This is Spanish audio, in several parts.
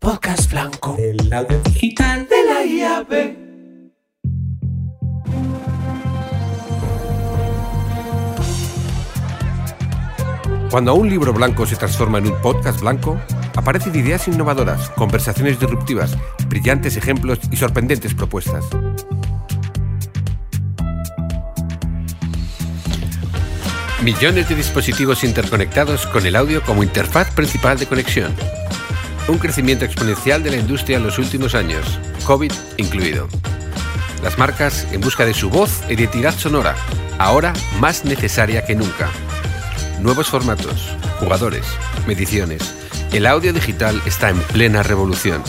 podcast blanco, el audio digital de la IAB. Cuando un libro blanco se transforma en un podcast blanco, aparecen ideas innovadoras, conversaciones disruptivas, brillantes ejemplos y sorprendentes propuestas. Millones de dispositivos interconectados con el audio como interfaz principal de conexión. Un crecimiento exponencial de la industria en los últimos años, COVID incluido. Las marcas en busca de su voz e identidad sonora, ahora más necesaria que nunca. Nuevos formatos, jugadores, mediciones. El audio digital está en plena revolución.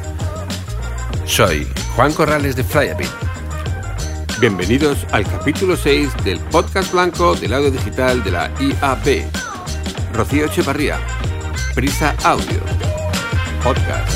Soy Juan Corrales de Flyabit. Bienvenidos al capítulo 6 del podcast blanco del audio digital de la IAB. Rocío Echevarría, Prisa Audio, podcast.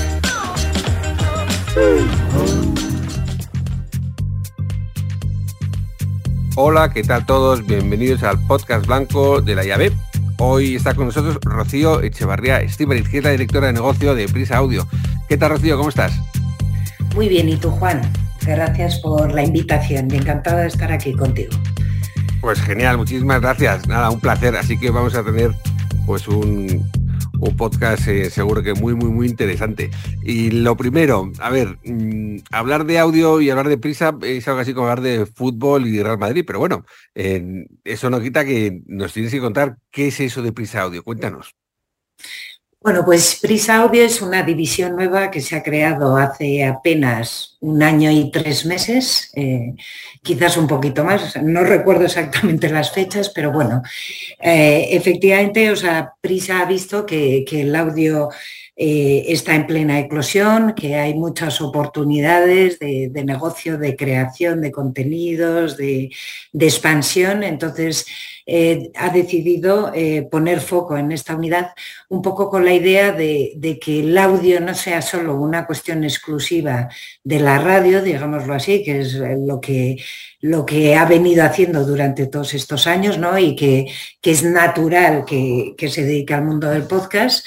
Hola, ¿qué tal todos? Bienvenidos al podcast blanco de la IAB. Hoy está con nosotros Rocío Echevarría Estíbaliz, que es la directora de negocio de Prisa Audio. ¿Qué tal, Rocío? ¿Cómo estás? Muy bien, ¿y tú, Juan? Gracias por la invitación y encantada de estar aquí contigo. Pues genial, muchísimas gracias. Nada, un placer. Así que vamos a tener pues un podcast seguro que muy interesante. Y lo primero, a ver, hablar de audio y hablar de Prisa es algo así como hablar de fútbol y Real Madrid, pero bueno, eso no quita que nos tienes que contar qué es eso de Prisa Audio. Cuéntanos. Bueno, pues Prisa Audio es una división nueva que se ha creado hace apenas 1 año y 3 meses, quizás un poquito más, no recuerdo exactamente las fechas, pero bueno, efectivamente, o sea, Prisa ha visto que el audio está en plena eclosión, que hay muchas oportunidades de negocio, de creación de contenidos, de expansión, entonces ha decidido poner foco en esta unidad un poco con la idea de que el audio no sea solo una cuestión exclusiva de la radio, digámoslo así, que es lo que ha venido haciendo durante todos estos años, ¿no? Y que es natural que se dedique al mundo del podcast.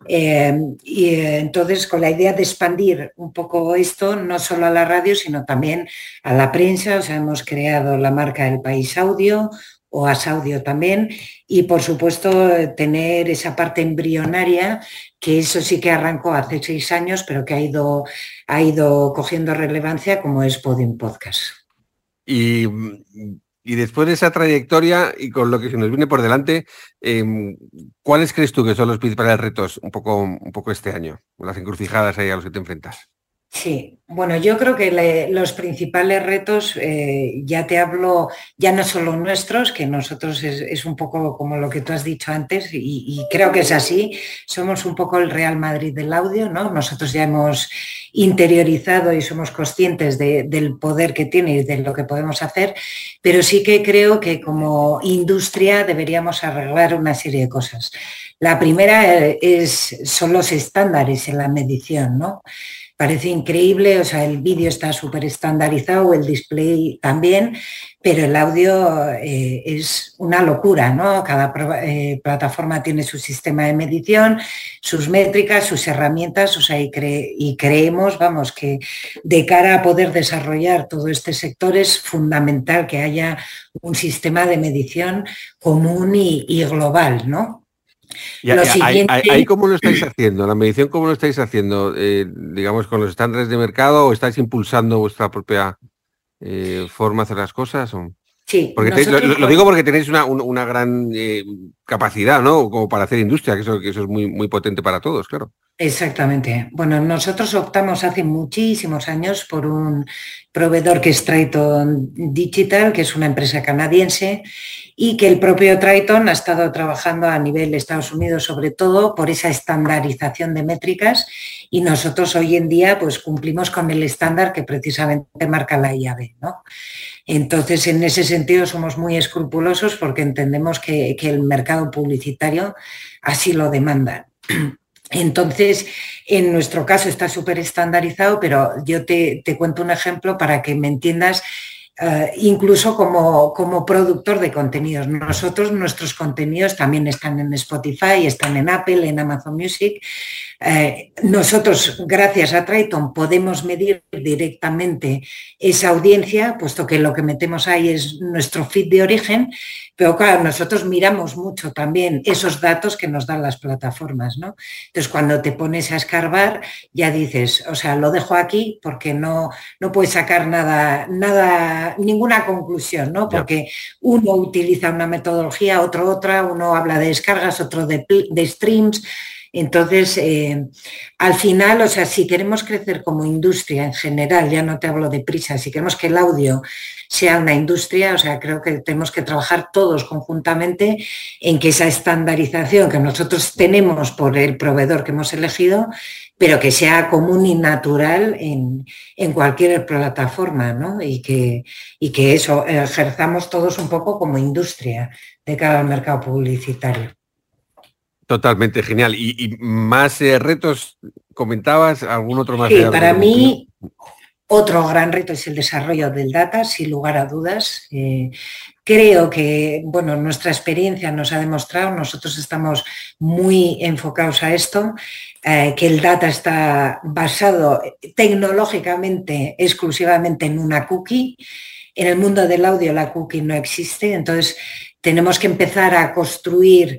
Entonces, con la idea de expandir un poco esto, no solo a la radio, sino también a la prensa, o sea, hemos creado la marca El País Audio, OAS Audio también, y por supuesto tener esa parte embrionaria, que eso sí que arrancó hace 6 años, pero que ha ido cogiendo relevancia, como es Podium Podcast. Y después de esa trayectoria y con lo que se nos viene por delante, ¿cuáles crees tú que son los principales retos un poco este año? Las encrucijadas ahí a los que te enfrentas. Sí, bueno, yo creo que los principales retos, ya te hablo, ya no solo nuestros, que nosotros es un poco como lo que tú has dicho antes, y creo que es así, somos un poco el Real Madrid del audio, ¿no? Nosotros ya hemos interiorizado y somos conscientes del poder que tiene y de lo que podemos hacer, pero sí que creo que como industria deberíamos arreglar una serie de cosas. La primera son los estándares en la medición, ¿no? Parece increíble, o sea, el vídeo está súper estandarizado, el display también, pero el audio es una locura, ¿no? Cada plataforma tiene su sistema de medición, sus métricas, sus herramientas, o sea, y creemos, vamos, que de cara a poder desarrollar todo este sector es fundamental que haya un sistema de medición común y global, ¿no? ¿Ahí cómo lo estáis haciendo? ¿La medición cómo lo estáis haciendo? Digamos, ¿con los estándares de mercado o estáis impulsando vuestra propia forma de hacer las cosas? ¿O? Sí. Porque lo digo porque tenéis una gran capacidad, ¿no? Como para hacer industria, que eso es muy potente para todos, claro. Exactamente. Bueno, nosotros optamos hace muchísimos años por un proveedor que es Triton Digital, que es una empresa canadiense, y que el propio Triton ha estado trabajando a nivel Estados Unidos, sobre todo por esa estandarización de métricas, y nosotros hoy en día pues cumplimos con el estándar que precisamente marca la IAB, ¿no? Entonces, en ese sentido somos muy escrupulosos porque entendemos que el mercado publicitario así lo demanda. Entonces, en nuestro caso está súper estandarizado, pero yo te cuento un ejemplo para que me entiendas incluso como productor de contenidos. Nuestros contenidos también están en Spotify, están en Apple, en Amazon Music. Nosotros, gracias a Triton, podemos medir directamente esa audiencia, puesto que lo que metemos ahí es nuestro feed de origen, pero claro, nosotros miramos mucho también esos datos que nos dan las plataformas, ¿no? Entonces, cuando te pones a escarbar, ya dices, o sea, lo dejo aquí porque no puedes sacar nada, ninguna conclusión, ¿no? Porque uno utiliza una metodología, otro otra, uno habla de descargas, otro de streams. Entonces, al final, o sea, si queremos crecer como industria en general, ya no te hablo de prisa, si queremos que el audio sea una industria, o sea, creo que tenemos que trabajar todos conjuntamente en que esa estandarización que nosotros tenemos por el proveedor que hemos elegido, pero que sea común y natural en cualquier plataforma, ¿no? Y que eso ejerzamos todos un poco como industria de cara al mercado publicitario. Totalmente genial. ¿Y más retos comentabas? ¿Algún otro más? Sí, para mí otro gran reto es el desarrollo del data, sin lugar a dudas. Creo que, bueno, nuestra experiencia nos ha demostrado, nosotros estamos muy enfocados a esto, que el data está basado tecnológicamente exclusivamente en una cookie. En el mundo del audio la cookie no existe, entonces tenemos que empezar a construir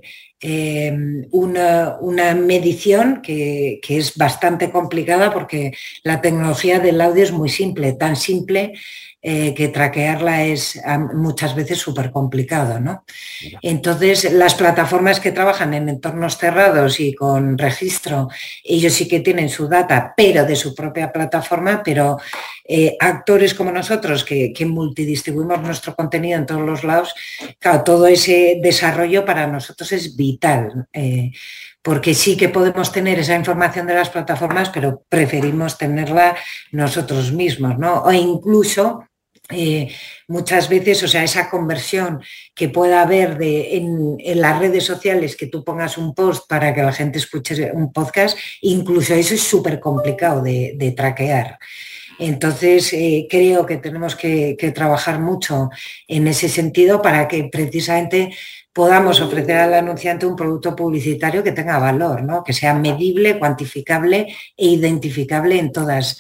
una medición que es bastante complicada porque la tecnología del audio es muy simple, tan simple que traquearla es muchas veces súper complicado, ¿no? Entonces, las plataformas que trabajan en entornos cerrados y con registro, ellos sí que tienen su data, pero de su propia plataforma, pero actores como nosotros que multidistribuimos nuestro contenido en todos los lados, claro, todo ese desarrollo para nosotros es vital. Porque sí que podemos tener esa información de las plataformas, pero preferimos tenerla nosotros mismos, ¿no? O incluso muchas veces, o sea, esa conversión que pueda haber en las redes sociales, que tú pongas un post para que la gente escuche un podcast, incluso eso es súper complicado de traquear. Entonces, creo que tenemos que trabajar mucho en ese sentido para que precisamente podamos ofrecer al anunciante un producto publicitario que tenga valor, ¿no? Que sea medible, cuantificable e identificable en todas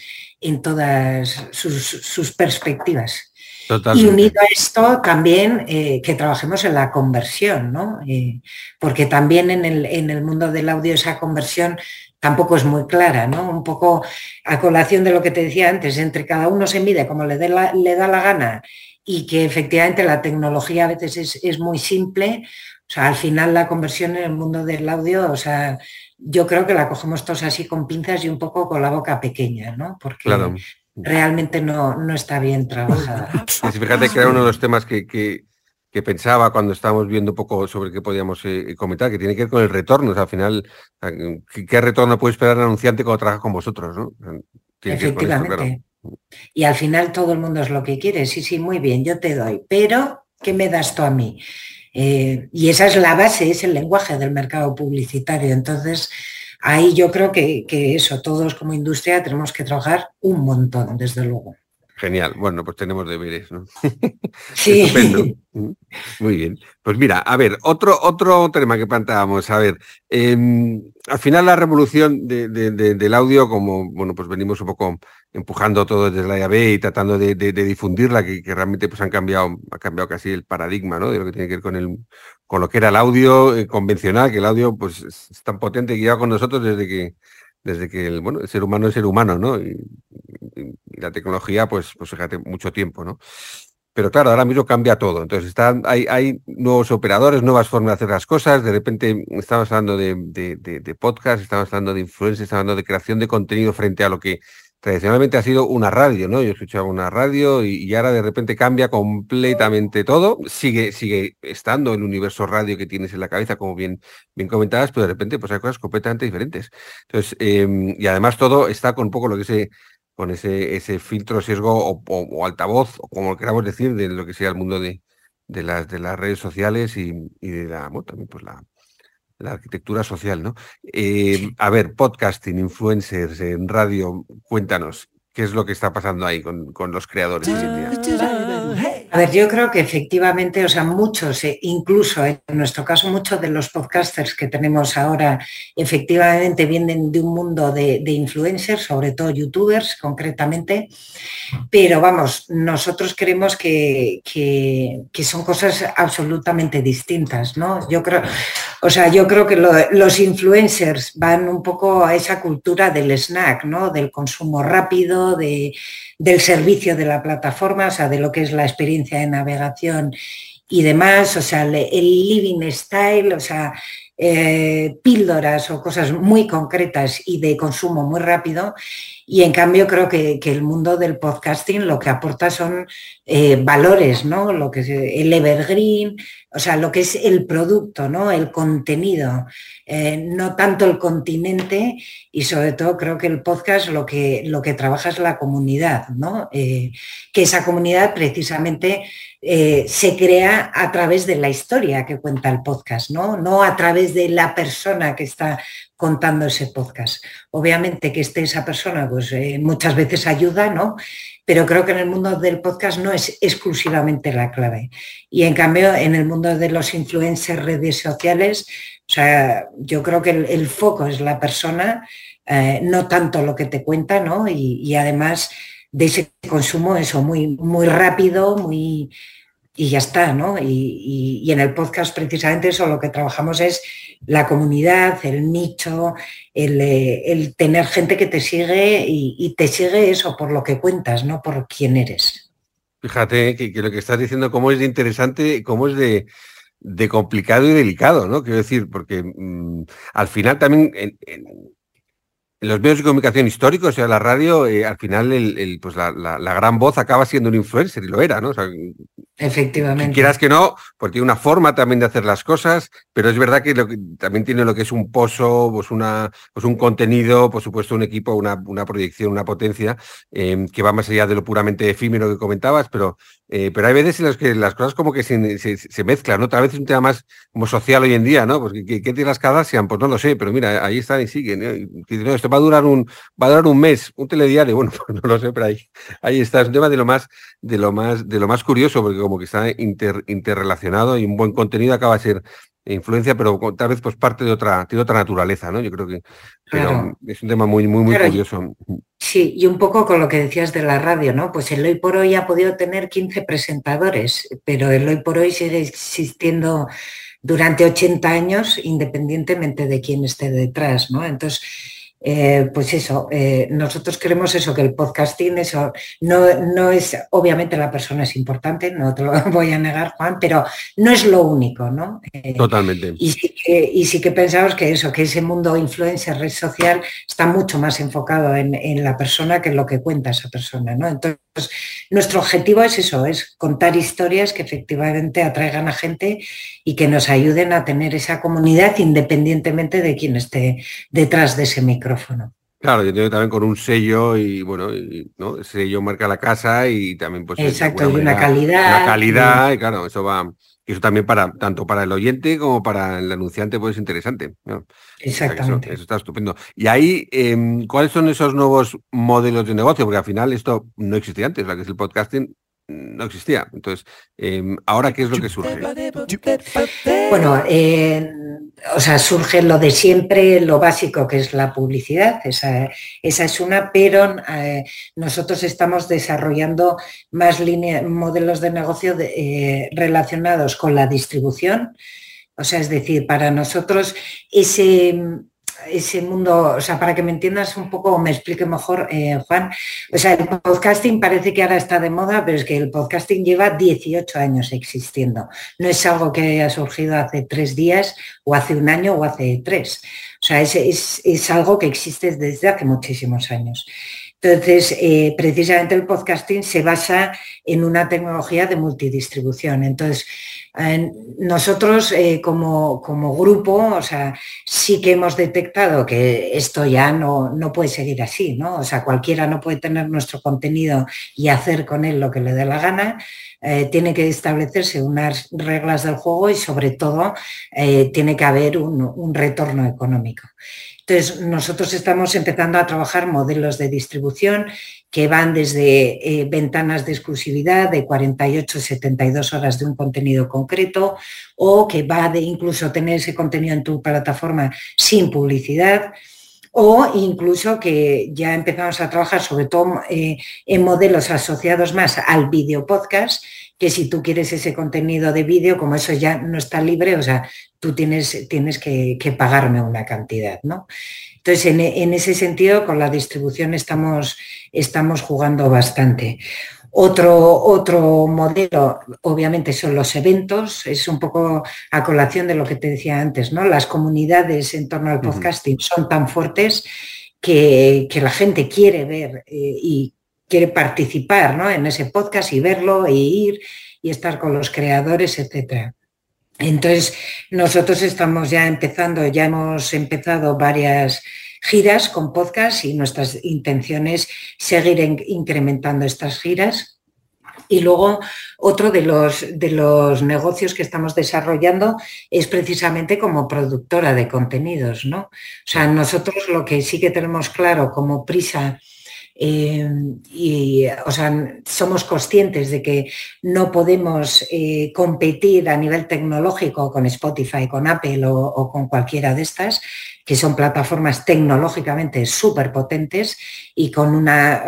sus perspectivas. Totalmente. Y unido a esto también que trabajemos en la conversión, ¿no? Porque también en el mundo del audio esa conversión tampoco es muy clara, ¿no? Un poco a colación de lo que te decía antes, entre cada uno se mide como le da la gana y que efectivamente la tecnología a veces es muy simple. O sea, al final la conversión en el mundo del audio, o sea, yo creo que la cogemos todos así con pinzas y un poco con la boca pequeña, ¿no? Porque realmente no está bien trabajada. Fíjate que era uno de los temas que pensaba cuando estábamos viendo un poco sobre qué podíamos comentar, que tiene que ver con el retorno. O sea, al final, ¿qué retorno puede esperar el anunciante cuando trabaja con vosotros, ¿no? Efectivamente. Esto, claro. Y al final todo el mundo es lo que quiere. Sí, muy bien, yo te doy. Pero, ¿qué me das tú a mí? Y esa es la base, es el lenguaje del mercado publicitario. Entonces, ahí yo creo que eso, todos como industria tenemos que trabajar un montón, desde luego. Genial. Bueno, pues tenemos deberes, ¿no? Sí. Estupendo. Muy bien. Pues mira, a ver, otro tema que planteábamos. A ver, al final la revolución del audio, como, bueno, pues venimos un poco empujando todo desde la IAB y tratando de difundirla, que realmente pues ha cambiado casi el paradigma, ¿no? De lo que tiene que ver con lo que era el audio convencional, que el audio pues es tan potente que lleva con nosotros desde que el ser humano es ser humano, ¿no? Y la tecnología, pues fíjate, mucho tiempo, ¿no? Pero claro, ahora mismo cambia todo. Entonces hay nuevos operadores, nuevas formas de hacer las cosas. De repente estamos hablando de podcast, estamos hablando de influencers, estamos hablando de creación de contenido frente a lo que tradicionalmente ha sido una radio, ¿no? Yo escuchaba una radio y ahora de repente cambia completamente todo. Sigue estando el universo radio que tienes en la cabeza, como bien comentabas, pero de repente pues hay cosas completamente diferentes. Entonces, y además todo está con un poco lo que con ese filtro sesgo o altavoz, o como lo queramos decir, de lo que sea el mundo de las redes sociales y de también pues la arquitectura social, ¿no? A ver, podcasting, influencers, en radio, cuéntanos, ¿qué es lo que está pasando ahí con los creadores hoy en día? A ver, yo creo que efectivamente, o sea, muchos, incluso en nuestro caso, muchos de los podcasters que tenemos ahora efectivamente vienen de un mundo de influencers, sobre todo youtubers concretamente, pero vamos, nosotros creemos que son cosas absolutamente distintas, ¿no? Yo creo que los influencers van un poco a esa cultura del snack, ¿no? Del consumo rápido, del servicio de la plataforma, o sea, de lo que es la experiencia de navegación y demás, o sea, el living style, o sea, píldoras o cosas muy concretas y de consumo muy rápido. Y en cambio creo que el mundo del podcasting lo que aporta son valores, ¿no? Lo que es el evergreen, o sea, lo que es el producto, ¿no? El contenido, no tanto el continente, y sobre todo creo que el podcast lo que trabaja es la comunidad, ¿no? Que esa comunidad precisamente se crea a través de la historia que cuenta el podcast, ¿no? No a través de la persona que está contando ese podcast. Obviamente que esté esa persona pues muchas veces ayuda, ¿no? Pero creo que en el mundo del podcast no es exclusivamente la clave. Y en cambio en el mundo de los influencers, redes sociales, o sea, yo creo que el foco es la persona, no tanto lo que te cuenta, ¿no? Y además de ese consumo, eso, muy, muy rápido, muy... Y ya está, ¿no? Y en el podcast precisamente eso lo que trabajamos es la comunidad, el nicho, el tener gente que te sigue y te sigue eso por lo que cuentas, no por quién eres. Fíjate que lo que estás diciendo, cómo es de interesante, cómo es de complicado y delicado, ¿no? Quiero decir, porque al final también en los medios de comunicación históricos, o sea, la radio, al final pues la gran voz acaba siendo un influencer, y lo era, ¿no? O sea, efectivamente. Quieras que no, porque tiene una forma también de hacer las cosas, pero es verdad que también tiene lo que es un pozo, pues un contenido, por supuesto un equipo, una proyección, una potencia, que va más allá de lo puramente efímero que comentabas, pero hay veces en las que las cosas como que se mezclan, ¿no? Tal vez es un tema más como social hoy en día, ¿no? Pues ¿qué tiene las Kardashian? Pues no lo sé, pero mira, ahí están y siguen, ¿no? No, esto va a durar un mes, un telediario, bueno, pues no lo sé, pero ahí está, es un tema de lo más curioso, porque como que está interrelacionado y un buen contenido acaba de ser influencia, pero tal vez pues parte tiene otra naturaleza, ¿no? Yo creo que Claro. es un tema muy, muy, muy Claro, curioso. sí, y un poco con lo que decías de la radio, ¿no? Pues el Hoy por Hoy ha podido tener 15 presentadores, pero el Hoy por Hoy sigue existiendo durante 80 años independientemente de quién esté detrás, ¿no? Entonces, pues eso, nosotros creemos eso, que el podcasting, eso, no es, obviamente la persona es importante, no te lo voy a negar, Juan, pero no es lo único, ¿no? Totalmente. Y sí que pensamos que eso, que ese mundo influencer, red social, está mucho más enfocado en la persona que en lo que cuenta esa persona, ¿no? Entonces, nuestro objetivo es eso, es contar historias que efectivamente atraigan a gente y que nos ayuden a tener esa comunidad independientemente de quién esté detrás de ese micrófono. Claro, yo tengo también con un sello y bueno, ¿no? El sello marca la casa y también pues de Exacto, alguna y una manera una calidad. calidad y claro, eso también tanto para el oyente como para el anunciante pues es interesante, ¿no? O sea que Exactamente. eso está estupendo. Y ahí, ¿cuáles son esos nuevos modelos de negocio? Porque al final esto no existía antes, la que es el podcasting no existía. Entonces, ¿ahora qué es lo que surge? Bueno, o sea, surge lo de siempre, lo básico que es la publicidad, esa es una, pero nosotros estamos desarrollando más modelos de negocio relacionados con la distribución. O sea, es decir, para nosotros ese mundo, o sea, para que me entiendas un poco o me explique mejor, Juan, o sea, el podcasting parece que ahora está de moda, pero es que el podcasting lleva 18 años existiendo. No es algo que haya surgido hace 3 días o hace un año o hace 3. O sea, es algo que existe desde hace muchísimos años. Entonces, precisamente el podcasting se basa en una tecnología de multidistribución. Entonces, nosotros como grupo, o sea, sí que hemos detectado que esto ya no puede seguir así, ¿no? O sea, cualquiera no puede tener nuestro contenido y hacer con él lo que le dé la gana. Tiene que establecerse unas reglas del juego y sobre todo tiene que haber un retorno económico. Entonces, nosotros estamos empezando a trabajar modelos de distribución que van desde ventanas de exclusividad de 48 72 horas de un contenido concreto, o que va de incluso tener ese contenido en tu plataforma sin publicidad, o incluso que ya empezamos a trabajar sobre todo en modelos asociados más al video podcast, que si tú quieres ese contenido de vídeo, como eso ya no está libre, o sea, tú tienes que pagarme una cantidad, ¿no? Entonces, en ese sentido, con la distribución estamos jugando bastante. Otro modelo, obviamente, son los eventos. Es un poco a colación de lo que te decía antes, ¿no? Las comunidades en torno al podcasting son tan fuertes que la gente quiere ver y quiere participar, ¿no?, en ese podcast y verlo e ir y estar con los creadores, etcétera. Entonces, nosotros ya hemos empezado varias giras con podcast y nuestras intenciones seguir incrementando estas giras. Y luego otro de los negocios que estamos desarrollando es precisamente como productora de contenidos, ¿no? O sea, nosotros lo que sí que tenemos claro como Prisa, o sea, somos conscientes de que no podemos competir a nivel tecnológico con Spotify, con Apple o con cualquiera de estas, que son plataformas tecnológicamente súper potentes y con una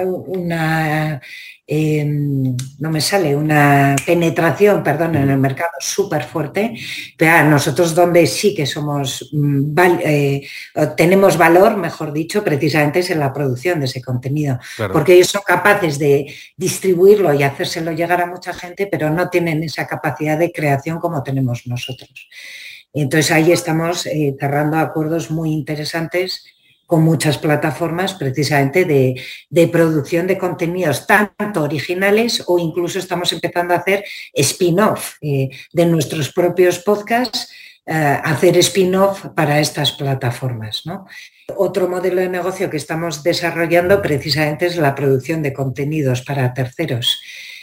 penetración, en el mercado súper fuerte. Pero nosotros donde sí que tenemos valor, mejor dicho, precisamente es en la producción de ese contenido. Claro. Porque ellos son capaces de distribuirlo y hacérselo llegar a mucha gente, pero no tienen esa capacidad de creación como tenemos nosotros. Entonces ahí estamos cerrando acuerdos muy interesantes con muchas plataformas precisamente de producción de contenidos tanto originales, o incluso estamos empezando a hacer spin-off de nuestros propios podcasts, hacer spin-off para estas plataformas, ¿no? Otro modelo de negocio que estamos desarrollando precisamente es la producción de contenidos para terceros.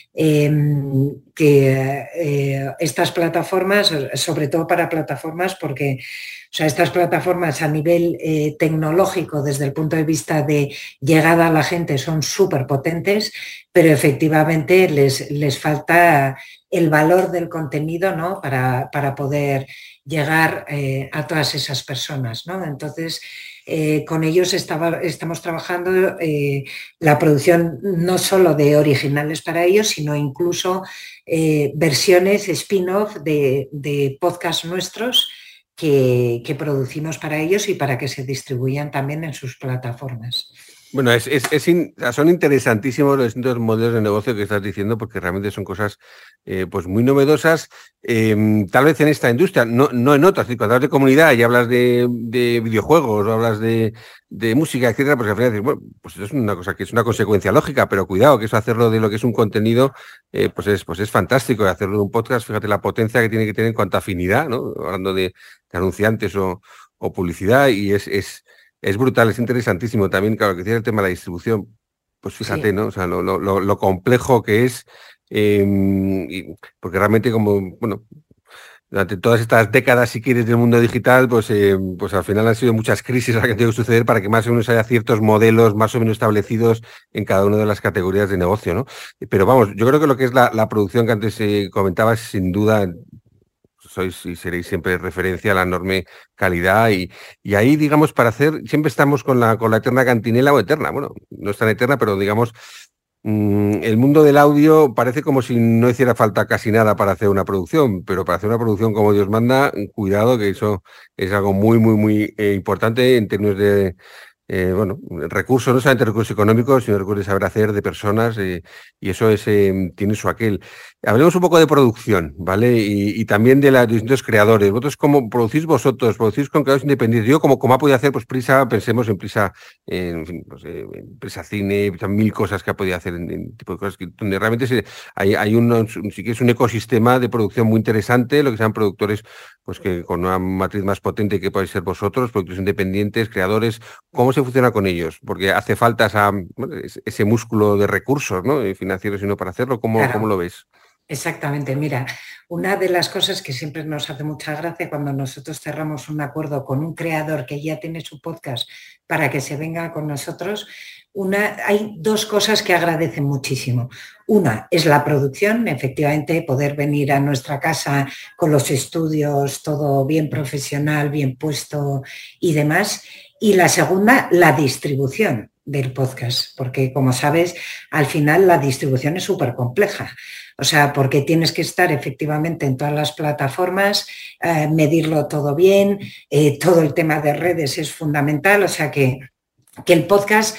Estas plataformas, sobre todo para plataformas, porque estas plataformas a nivel tecnológico, desde el punto de vista de llegada a la gente, son súper potentes, pero efectivamente les falta el valor del contenido, ¿no?, para poder llegar a todas esas personas, ¿no? Entonces, con ellos estamos trabajando la producción no solo de originales para ellos, sino incluso versiones spin-off de podcast nuestros que producimos para ellos y para que se distribuyan también en sus plataformas. Bueno, son interesantísimos los distintos modelos de negocio que estás diciendo, porque realmente son cosas pues muy novedosas, tal vez en esta industria, no en otras. Cuando hablas de comunidad y hablas de videojuegos o hablas de música, etcétera, pues al final dices, bueno, pues eso es una cosa que es una consecuencia lógica, pero cuidado, que eso hacerlo de lo que es un contenido, pues es fantástico. Hacerlo de un podcast, fíjate la potencia que tiene que tener en cuanto a afinidad, ¿no? Hablando de anunciantes o publicidad, y es brutal, es interesantísimo. También, claro, que tiene el tema de la distribución, pues fíjate, sí, ¿no? O sea, lo complejo que es, porque realmente durante todas estas décadas, si quieres, del mundo digital, pues al final han sido muchas crisis las que han tenido que suceder para que más o menos haya ciertos modelos más o menos establecidos en cada una de las categorías de negocio, ¿no? Pero vamos, yo creo que lo que es la producción que antes comentabas, sin duda, sois y seréis siempre referencia a la enorme calidad y ahí, digamos, para hacer, siempre estamos con la eterna cantinela, o eterna, bueno, no es tan eterna, pero digamos, el mundo del audio parece como si no hiciera falta casi nada para hacer una producción, pero para hacer una producción como Dios manda, cuidado, que eso es algo muy, muy, muy importante en términos de recursos, no solamente recursos económicos, sino recursos de saber hacer, de personas, y eso tiene su aquel. Hablemos un poco de producción, ¿vale? Y también de los distintos creadores. ¿Vosotros cómo producís vosotros? ¿Producís con creadores independientes? Yo, como ha podido hacer pues Prisa, pensemos en Prisa, en Prisa Cine, mil cosas que ha podido hacer en tipo de cosas donde realmente sí que es un ecosistema de producción muy interesante, lo que sean productores pues que con una matriz más potente que podéis ser vosotros, productores independientes, creadores. ¿Cómo se funciona con ellos? Porque hace falta ese músculo de recursos, ¿no?, financieros, y no para hacerlo. ¿Cómo lo ves? Exactamente, mira, una de las cosas que siempre nos hace mucha gracia cuando nosotros cerramos un acuerdo con un creador que ya tiene su podcast para que se venga con nosotros, hay dos cosas que agradecen muchísimo. Una es la producción, efectivamente, poder venir a nuestra casa con los estudios, todo bien profesional, bien puesto y demás. Y la segunda, la distribución del podcast, porque como sabes, al final la distribución es súper compleja. O sea, porque tienes que estar efectivamente en todas las plataformas, medirlo todo bien, todo el tema de redes es fundamental, o sea que el podcast,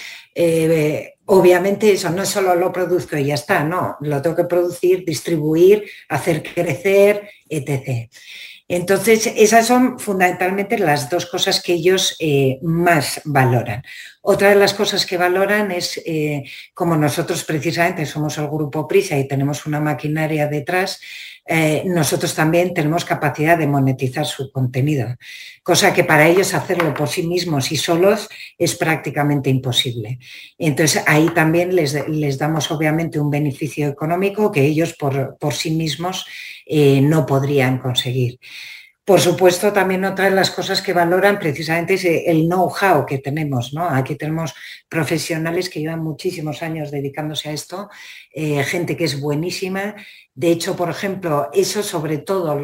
obviamente eso no solo lo produzco y ya está, no, lo tengo que producir, distribuir, hacer crecer, etc. Entonces, esas son fundamentalmente las dos cosas que ellos más valoran. Otra de las cosas que valoran es, como nosotros precisamente somos el Grupo Prisa y tenemos una maquinaria detrás, nosotros también tenemos capacidad de monetizar su contenido, cosa que para ellos hacerlo por sí mismos y solos es prácticamente imposible. Entonces, ahí también les damos obviamente un beneficio económico que ellos por sí mismos no podrían conseguir. Por supuesto, también otra de las cosas que valoran precisamente es el know-how que tenemos, ¿no? Aquí tenemos profesionales que llevan muchísimos años dedicándose a esto, gente que es buenísima. De hecho, por ejemplo, eso sobre todo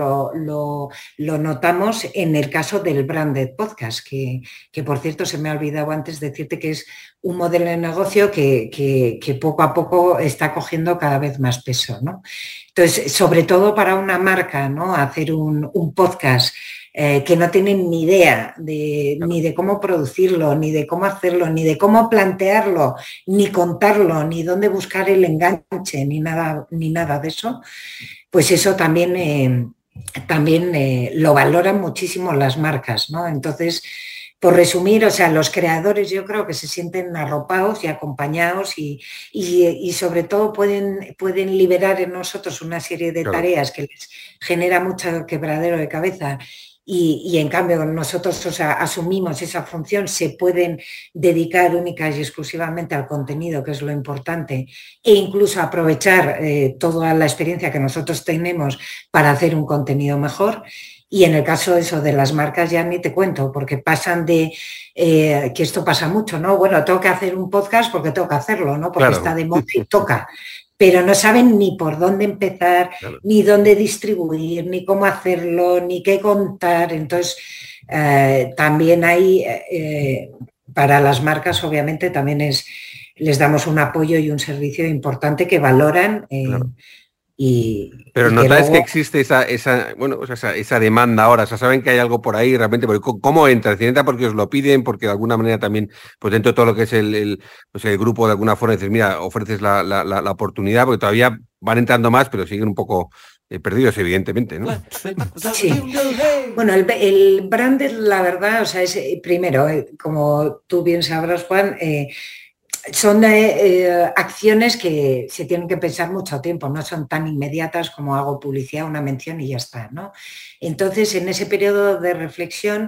lo notamos en el caso del Branded Podcast, que por cierto se me ha olvidado antes decirte que es un modelo de negocio que poco a poco está cogiendo cada vez más peso, ¿no? Entonces, sobre todo para una marca, ¿no? Hacer un podcast que no tienen ni idea ni de cómo producirlo, ni de cómo hacerlo, ni de cómo plantearlo, ni contarlo, ni dónde buscar el enganche, ni nada de eso, pues eso también lo valoran muchísimo las marcas, ¿no? Entonces, por resumir, o sea, los creadores yo creo que se sienten arropados y acompañados y sobre todo pueden liberar en nosotros una serie de tareas que les genera mucho quebradero de cabeza y en cambio nosotros, o sea, asumimos esa función, se pueden dedicar única y exclusivamente al contenido, que es lo importante, e incluso aprovechar toda la experiencia que nosotros tenemos para hacer un contenido mejor. Y en el caso eso de las marcas ya ni te cuento, porque pasan de, que esto pasa mucho, ¿no? Bueno, tengo que hacer un podcast porque tengo que hacerlo, ¿no? Porque está de moda y toca. Pero no saben ni por dónde empezar, ni dónde distribuir, ni cómo hacerlo, ni qué contar. Entonces, también hay, para las marcas, obviamente, también les damos un apoyo y un servicio importante que valoran. Pero notáis que existe esa demanda ahora, o sea, saben que hay algo por ahí realmente, porque ¿cómo entra? ¿Se entra porque os lo piden? Porque de alguna manera también, pues dentro de todo lo que es el grupo, de alguna forma, dices, mira, ofreces la oportunidad, porque todavía van entrando más, pero siguen un poco perdidos, evidentemente, ¿no? Sí. Bueno, el branded, la verdad, o sea, es primero, como tú bien sabrás, Juan, son acciones que se tienen que pensar mucho tiempo, no son tan inmediatas como hago publicidad, una mención y ya está, ¿no? Entonces, en ese periodo de reflexión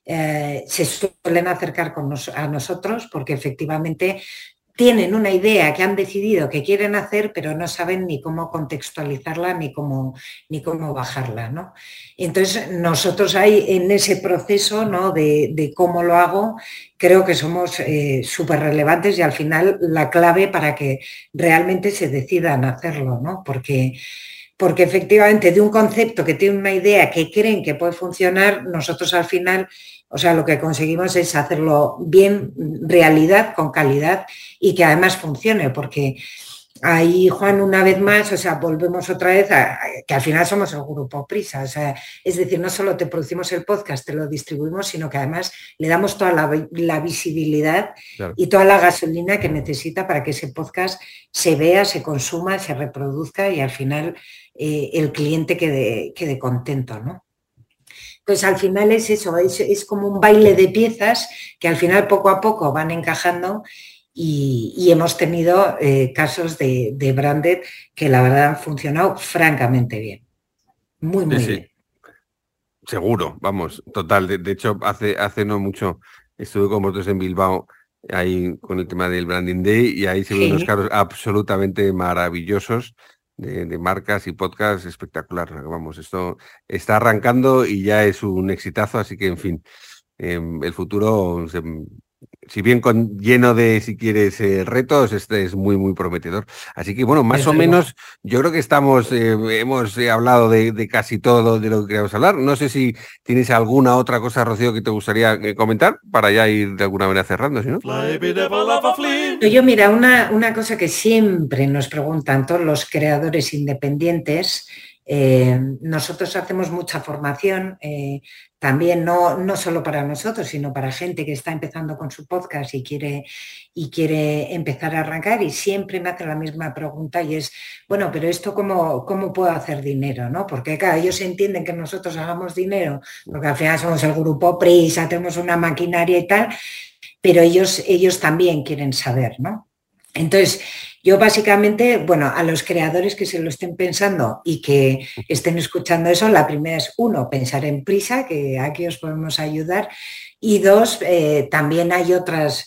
se suelen acercar a nosotros porque efectivamente tienen una idea que han decidido que quieren hacer, pero no saben ni cómo contextualizarla ni cómo bajarla, ¿no? Entonces, nosotros ahí en ese proceso, ¿no? de cómo lo hago, creo que somos súper relevantes y al final la clave para que realmente se decidan hacerlo, ¿no? Porque efectivamente de un concepto que tiene una idea que creen que puede funcionar, nosotros al final, o sea, lo que conseguimos es hacerlo bien, realidad, con calidad y que además funcione, porque ahí, Juan, una vez más, o sea, volvemos otra vez a que al final somos el Grupo Prisa, o sea, es decir, no solo te producimos el podcast, te lo distribuimos, sino que además le damos toda la visibilidad y toda la gasolina que necesita para que ese podcast se vea, se consuma, se reproduzca y al final el cliente quede contento, ¿no? Pues al final es eso, es como un baile de piezas que al final poco a poco van encajando y hemos tenido casos de branded que la verdad han funcionado francamente bien. Muy bien. Seguro, vamos, total. De hecho, hace no mucho estuve con vosotros en Bilbao ahí con el tema del Branding Day y ahí se ven unos carros absolutamente maravillosos de marcas y podcast espectacular. Vamos, esto está arrancando y ya es un exitazo, así que, en fin, el futuro, si bien lleno de, si quieres, retos, este es muy, muy prometedor. Así que, bueno, más o menos, yo creo que hemos hablado de casi todo de lo que queríamos hablar. No sé si tienes alguna otra cosa, Rocío, que te gustaría comentar para ya ir de alguna manera cerrando, ¿sí, no? Yo, mira, una cosa que siempre nos preguntan todos los creadores independientes. Nosotros hacemos mucha formación, también no solo para nosotros, sino para gente que está empezando con su podcast y quiere empezar a arrancar, y siempre me hacen la misma pregunta, y es, bueno, pero esto ¿cómo puedo hacer dinero? ¿No? Porque claro, ellos entienden que nosotros hagamos dinero, porque al final somos el grupo Prisa, tenemos una maquinaria y tal, pero ellos también quieren saber, ¿no? Entonces, yo básicamente, bueno, a los creadores que se lo estén pensando y que estén escuchando eso, la primera es, 1, pensar en Prisa, que aquí os podemos ayudar, y 2, también hay otras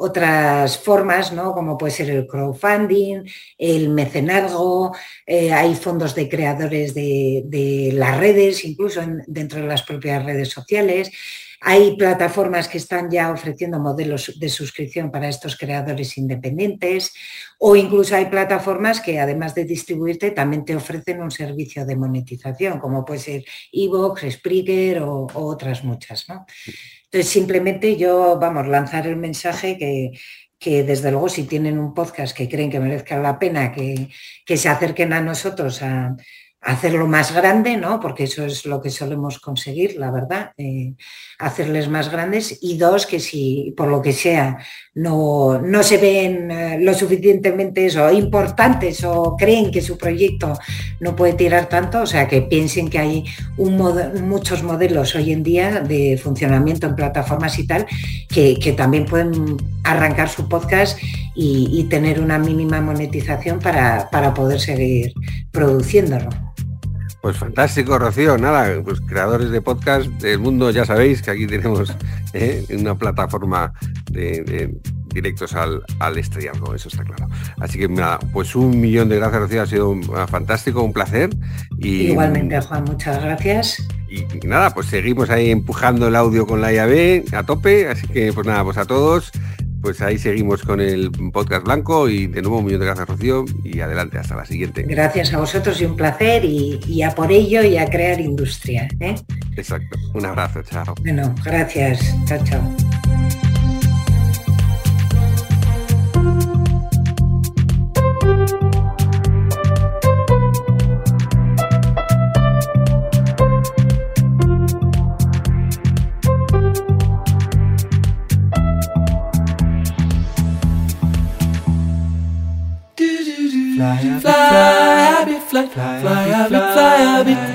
formas, ¿no? Como puede ser el crowdfunding, el mecenazgo, hay fondos de creadores de las redes, incluso dentro de las propias redes sociales. Hay plataformas que están ya ofreciendo modelos de suscripción para estos creadores independientes, o incluso hay plataformas que, además de distribuirte, también te ofrecen un servicio de monetización, como puede ser iVoox, Spreaker o otras muchas, ¿no? Entonces, simplemente lanzar el mensaje que desde luego, si tienen un podcast que creen que merezca la pena, que se acerquen a nosotros a hacerlo más grande, ¿no? Porque eso es lo que solemos conseguir, la verdad, hacerles más grandes. Y 2, que si por lo que sea no se ven lo suficientemente importantes, o creen que su proyecto no puede tirar tanto, o sea, que piensen que hay muchos modelos hoy en día de funcionamiento en plataformas y tal, que también pueden arrancar su podcast y tener una mínima monetización para poder seguir produciéndolo. Pues fantástico, Rocío. Nada, pues creadores de podcast del mundo, ya sabéis que aquí tenemos una plataforma de directos al estrellazgo, eso está claro. Así que nada, pues 1.000.000 de gracias, Rocío, ha sido fantástico, un placer. Igualmente, Juan, muchas gracias. Y nada, pues seguimos ahí empujando el audio con la IAB a tope, así que pues nada, pues a todos, pues ahí seguimos con el podcast blanco, y de nuevo 1.000.000 de gracias, Rocío, y adelante, hasta la siguiente. Gracias a vosotros, y un placer, y a por ello y a crear industria, ¿eh? Exacto, un abrazo, chao. Bueno, gracias, chao, chao. Fly, fly, fly, fly, fly, fly, fly, fly,